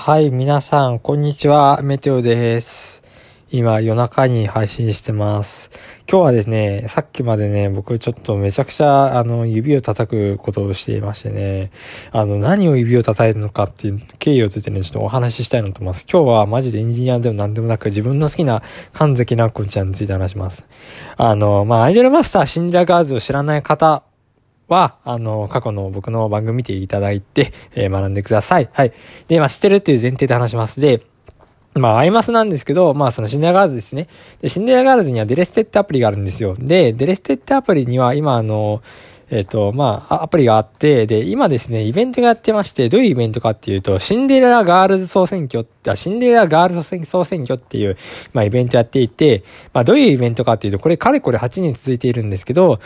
はい、皆さん、こんにちは。メテオです。今、夜中に配信してます。今日はですね、さっきまでね、僕ちょっとめちゃくちゃ、指を叩くことをしていましてね、何を指を叩いるのかっていう経緯をついてね、ちょっとお話ししたいなと思います。今日はマジでエンジニアでも何でもなく、自分の好きな神崎直子ちゃんについて話します。アイドルマスターシンデレラガールズを知らない方は、過去の僕の番組見ていただいて、学んでください。はい。で、知ってるっていう前提で話します。で、アイマスなんですけど、そのシンデレラガールズですね。で、シンデレラガールズにはデレステってアプリがあるんですよ。で、デレステってアプリには今アプリがあって、で、今ですね、イベントがやってまして、どういうイベントかっていうと、シンデレラガールズ総選挙っていう、イベントやっていて、どういうイベントかっていうと、これかれこれ8年続いているんですけど、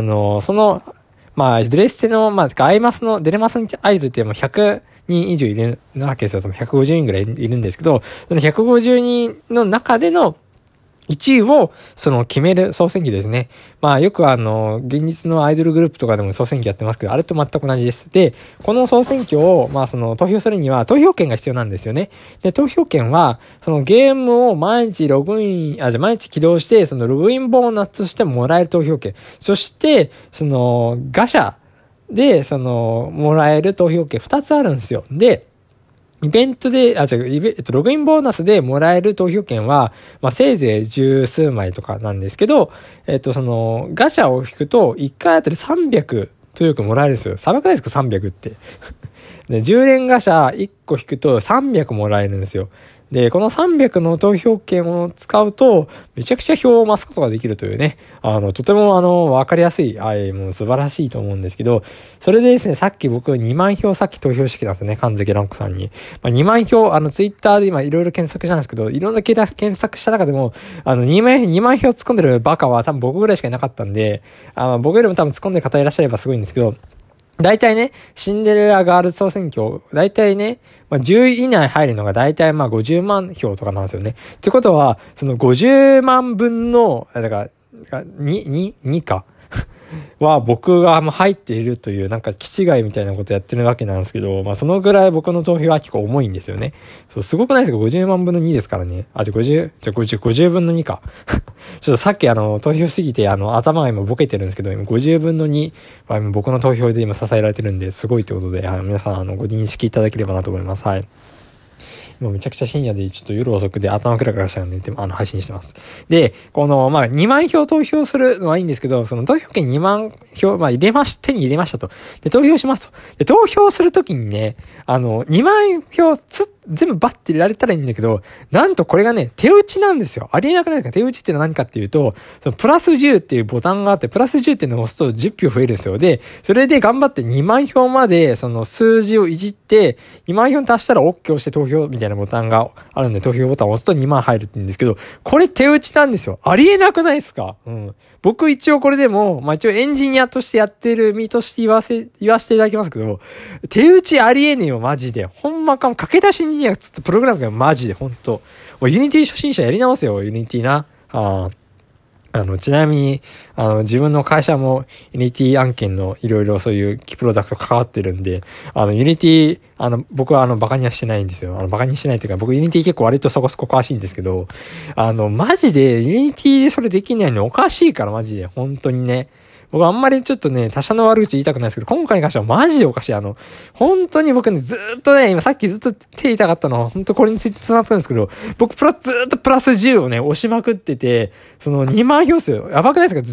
デレステの、アイマスの、デレマスアイドルって100人以上いるわけですよ。150人ぐらいいるんですけど、その150人の中での1位を、決める総選挙ですね。よく現実のアイドルグループとかでも総選挙やってますけど、あれと全く同じです。で、この総選挙を、投票するには、投票権が必要なんですよね。で、投票権は、ゲームを毎日毎日起動して、ログインボーナスとしてもらえる投票権。そして、ガシャで、もらえる投票権2つあるんですよ。で、ログインボーナスでもらえる投票権は、せいぜい十数枚とかなんですけど、ガシャを引くと、1回あたり300投票権もらえるんですよ。300ないですか ?300 って。で、10連ガシャ1個引くと300もらえるんですよ。で、この300の投票権を使うと、めちゃくちゃ票を増すことができるというね、とてもわかりやすい、もう素晴らしいと思うんですけど、それでですね、さっき僕2万票さっき投票してきたんですよね、神崎蘭子さんに。2万票、ツイッターで今いろいろ検索したんですけど、いろんな検索した中でも、2万票突っ込んでるバカは多分僕ぐらいしかいなかったんで、僕よりも多分突っ込んでる方いらっしゃればすごいんですけど、大体ね、シンデレラガールズ総選挙、大体ね、10位以内入るのが大体50万票とかなんですよね。ってことは、その50万分の、2か。は僕が入っているという気違いみたいなことやってるわけなんですけど、そのぐらい僕の投票は結構重いんですよね。そう、すごくないですか ?50 万分の2ですからね。50分の2か。ちょっとさっき投票すぎて頭が今ボケてるんですけど、今50分の2は僕の投票で今支えられてるんで、すごいってことで、皆さんご認識いただければなと思います。はい。もうめちゃくちゃ深夜でちょっと夜遅くで頭クラクラしたら寝て、配信してます。で、2万票投票するのはいいんですけど、その投票権2万票、手に入れましたと。で、投票しますと。で、投票するときにね、2万票全部バッて入れられたらいいんだけど、なんとこれがね、手打ちなんですよ。ありえなくないですか？手打ちってのは何かっていうと、プラス10っていうボタンがあって、プラス10っていうのを押すと10票増えるんですよ。で、それで頑張って2万票まで、数字をいじって、2万票に達したら OK をして投票みたいなボタンがあるんで、投票ボタンを押すと2万入るって言うんですけど、これ手打ちなんですよ。ありえなくないですか？うん。僕一応これでも、一応エンジニアとしてやってる身として言わせていただきますけど、手打ちありえねえよ、マジで。ほんまかも、駆け出しエンジニアプログラムがマジで、ほんと。ユニティ初心者やり直せよ、ユニティな。ちなみに、自分の会社もユニティ案件のいろいろそういうキープロダクト関わってるんで、ユニティ、僕はバカにはしてないんですよ。バカにしてないっていうか、僕ユニティ結構割とそこそこ詳しいんですけど、マジでユニティでそれできないのおかしいから、マジで。本当にね。僕あんまりちょっとね、他者の悪口言いたくないですけど、今回に関してはマジでおかしい。本当に僕ね、ずーっとね、今さっきずっと手痛かったのは、本当これについて繋がったんですけど、僕ずーっとプラス10をね、押しまくってて、2万票数よ。やばくないですか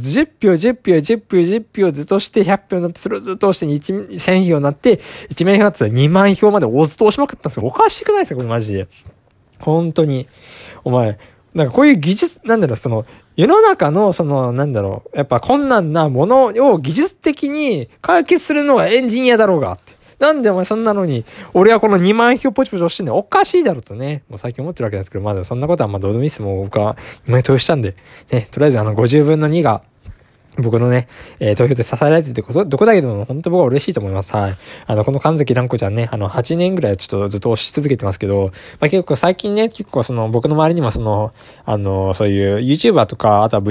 ?10 票ずっとして100票になって、それをずっと押して1000票になって、1万票になって2万票までずっと押しまくったんですよ。おかしくないですかこれマジで。本当に。お前、こういう技術、世の中のやっぱ困難なものを技術的に解決するのがエンジニアだろうがって。なんでお前そんなのに、俺はこの2万票ポチポチ押してんのおかしいだろうとね。もう最近思ってるわけですけど、まだそんなことはどうでもいいです。もう僕は2万円投票したんで。ね、とりあえず50分の2が、僕のね、投票で支えられてるってこと、どこだけでも本当僕は嬉しいと思います。はい。この神崎蘭子ちゃんね、8年ぐらいちょっとずっと押し続けてますけど、結構最近ね、僕の周りにもそういう YouTuber とか、あとは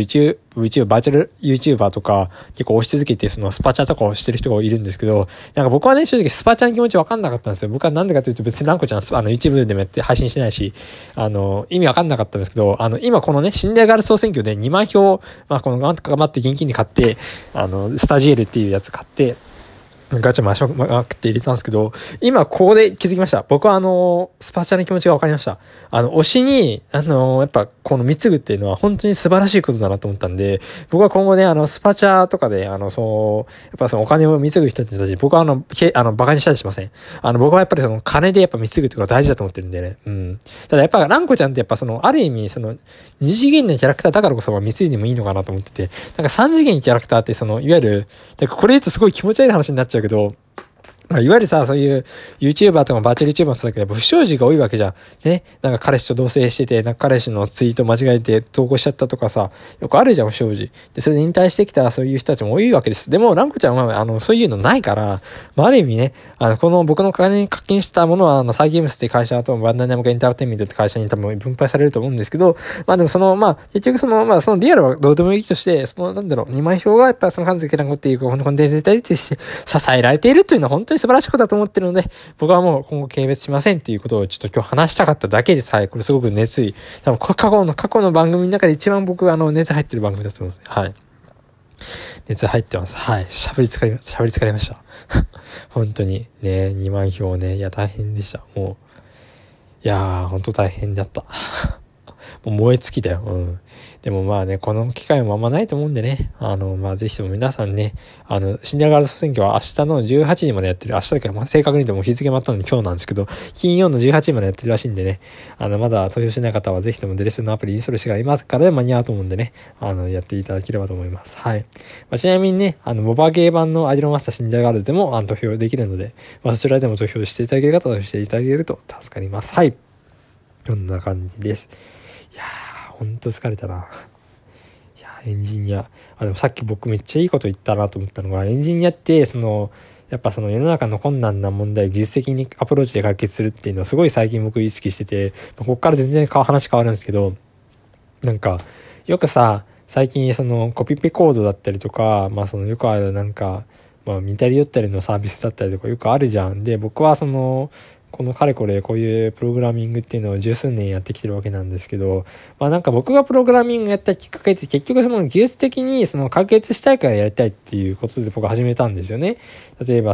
VTuber、バーチャル YouTuber とか結構推し続けてそのスパチャとかをしてる人がいるんですけど、なんか僕はね、正直スパチャの気持ちわかんなかったんですよ。僕はなんでかというと別にランコちゃんYouTube でもやって配信してないし、意味わかんなかったんですけど、今このね、シンデレガール総選挙で2万票、この頑張って現金に買って、スタジエルっていうやつ買って、ガチャ回しまくって入れたんですけど、今ここで気づきました。僕はスパチャの気持ちが分かりました。推しに、やっぱこの貢ぐっていうのは本当に素晴らしいことだなと思ったんで、僕は今後ね、スパチャとかで、やっぱそのお金を貢ぐ人たち、僕はバカにしたりしません。僕はやっぱりその金でやっぱ貢ぐってことが大事だと思ってるんでね。うん。ただやっぱランコちゃんってやっぱある意味二次元のキャラクターだからこそ貢いでもいいのかなと思ってて、なんか三次元キャラクターっていわゆる、これ言うとすごい気持ち悪い話になっちゃうけど、いわゆるさ、そういう YouTuber とかバーチャル YouTuber もそうだけど、不祥事が多いわけじゃん。ね。なんか彼氏と同棲してて、なんか彼氏のツイート間違えて投稿しちゃったとかさ、よくあるじゃん、不祥事。で、それで引退してきたそういう人たちも多いわけです。でも、ランコちゃんは、そういうのないから、ある意味ね、この僕の金に課金したものは、サイゲームスって会社とバンダイナムコエンターテインメントって会社に多分分配されると思うんですけど、でも結局そのリアルはどうでもいいとして、2万票がやっぱりその数だけランコっていう、このコンテンツに対して支えられているというのは本当に素晴らしいことだと思ってるので、僕はもう今後軽蔑しませんっていうことをちょっと今日話したかっただけです。はい。これすごく熱意。多分過去の番組の中で一番僕熱入ってる番組だと思うので、はい。熱入ってます。はい。喋り疲れました。本当にね、2万票ね、いや大変でした。もう、いやー、本当大変だった。もう燃え尽きだよ。うん。でもこの機会もあんまないと思うんでね。ぜひとも皆さんね、シンデレラガール総選挙は明日の18時までやってる。明日だから、正確に言うともう日付まったのに今日なんですけど、金曜の18時までやってるらしいんでね。まだ投票しない方はぜひともデレスのアプリインストールしてから今からで間に合うと思うんでね。やっていただければと思います。はい。ちなみにね、モバゲー版のアジロマスターシンデレラガールズでも投票できるので、そちらでも投票していただける方は投票していただけると助かります。はい。こんな感じです。いやー、ほんと疲れたな。いやー、エンジニア。でもさっき僕めっちゃいいこと言ったなと思ったのが、エンジニアって、やっぱ世の中の困難な問題を技術的にアプローチで解決するっていうのをすごい最近僕意識してて、ここから全然話変わるんですけど、なんか、よくさ、最近コピペコードだったりとか、よくある似たり寄ったりのサービスだったりとかよくあるじゃん。で、僕はこのかれこれこういうプログラミングっていうのを十数年やってきてるわけなんですけど、僕がプログラミングやったきっかけって結局技術的に解決したいからやりたいっていうことで僕は始めたんですよね。例えば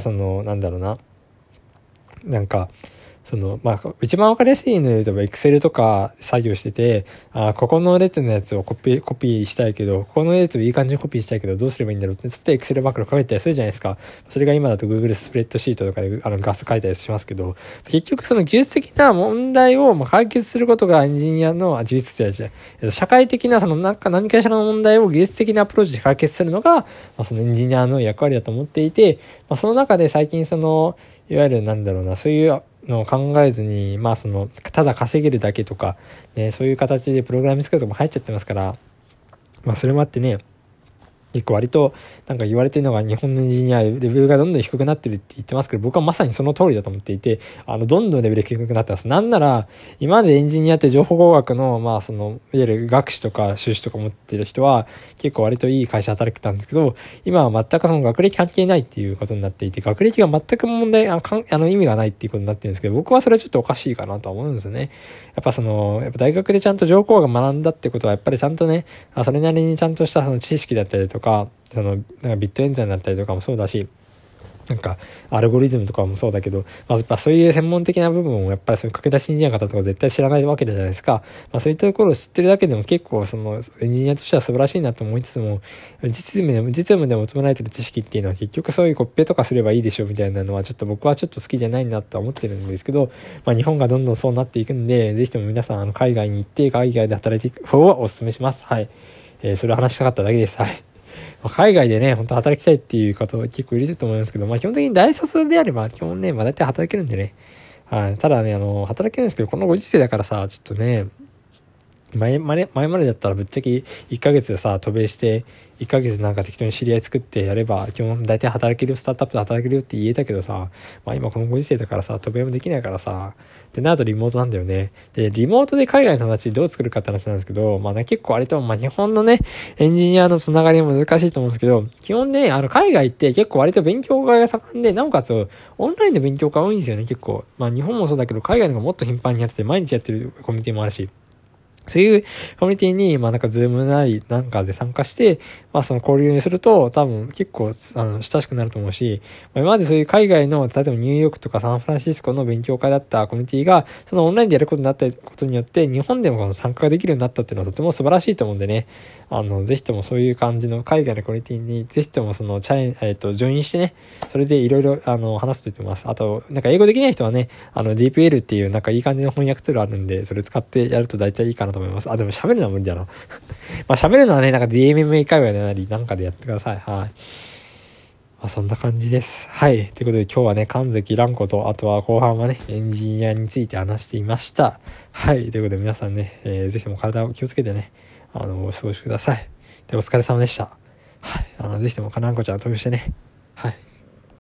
一番わかりやすいので言えば、Excel とか作業してて、ここの列のやつをコピーしたいけど、ここの列をいい感じにコピーしたいけど、どうすればいいんだろうってつって Excel マクロ書いたりするじゃないですか。それが今だと Google スプレッドシートとかでガス書いたりしますけど、結局技術的な問題を解決することがエンジニアの技術者じゃ社会的な何かしらの問題を技術的なアプローチで解決するのが、エンジニアの役割だと思っていて、その中で最近いわゆるそういうのを考えずに、ただ稼げるだけとか、ね、そういう形でプログラミングスキルとかも入っちゃってますから、それもあってね、結構割と言われてるのが日本のエンジニアレベルがどんどん低くなってるって言ってますけど、僕はまさにその通りだと思っていて、どんどんレベル低くなってます。なんなら、今までエンジニアって情報工学の、いわゆる学士とか修士とか持ってる人は、結構割といい会社働けたんですけど、今は全く学歴関係ないっていうことになっていて、学歴が全く問題、意味がないっていうことになってるんですけど、僕はそれはちょっとおかしいかなとは思うんですよね。やっぱ大学でちゃんと情報工学学んだってことは、やっぱりちゃんとね、それなりにちゃんとした知識だったりとか、ビット演算だったりとかもそうだし、アルゴリズムとかもそうだけど、やっぱそういう専門的な部分をやっぱり駆け出しエンジニアの方とか絶対知らないわけじゃないですか。そういったところを知ってるだけでも結構エンジニアとしては素晴らしいなと思いつつも、実務で求められてる知識っていうのは結局そういうコッペとかすればいいでしょみたいなのは僕はちょっと好きじゃないなとは思ってるんですけど、日本がどんどんそうなっていくんで、ぜひとも皆さん海外に行って海外で働いていく方はお勧めします。はい。それを話したかっただけです。はい。海外でね、本当働きたいっていう方は結構いると思いますけど、基本的に大卒であれば、基本ね、大体働けるんでね。はい。ただね、働けるんですけど、このご時世だからさ、ちょっとね、 前までだったらぶっちゃけ1ヶ月でさ、渡米して、1ヶ月なんか適当に知り合い作ってやれば、基本大体働けるよ、スタートアップで働けるよって言えたけどさ、今このご時世だからさ、渡米もできないからさ、で、なるとリモートなんだよね。で、リモートで海外の友達どう作るかって話なんですけど、結構あれと、日本のね、エンジニアのつながりも難しいと思うんですけど、基本ね、海外って結構割と勉強会が盛んで、なおかつ、オンラインで勉強会多いんですよね、結構。日本もそうだけど、海外の方がもっと頻繁にやってて、毎日やってるコミュニティもあるし。そういうコミュニティに、ズームなりなんかで参加して、その交流にすると、多分結構、親しくなると思うし、今までそういう海外の、例えばニューヨークとかサンフランシスコの勉強会だったコミュニティが、そのオンラインでやることになったことによって、日本でも参加ができるようになったっていうのはとても素晴らしいと思うんでね、ぜひともそういう感じの海外のコミュニティに、ぜひともその、ジョインしてね、それでいろいろ、話すと言ってます。あと、英語できない人はね、DeepL っていういい感じの翻訳ツールあるんで、それ使ってやると大体いいかなと思います。でも喋るのは無理だな。喋るのはね、DMMA 会話でなり、なんかでやってください。はい。そんな感じです。はい。ということで今日はね、神崎蘭子と、あとは後半はね、エンジニアについて話していました。はい。ということで皆さんね、ぜひとも体を気をつけてね、お過ごしください。で、お疲れ様でした。はい。ぜひとも蘭子ちゃんとしてね。はい。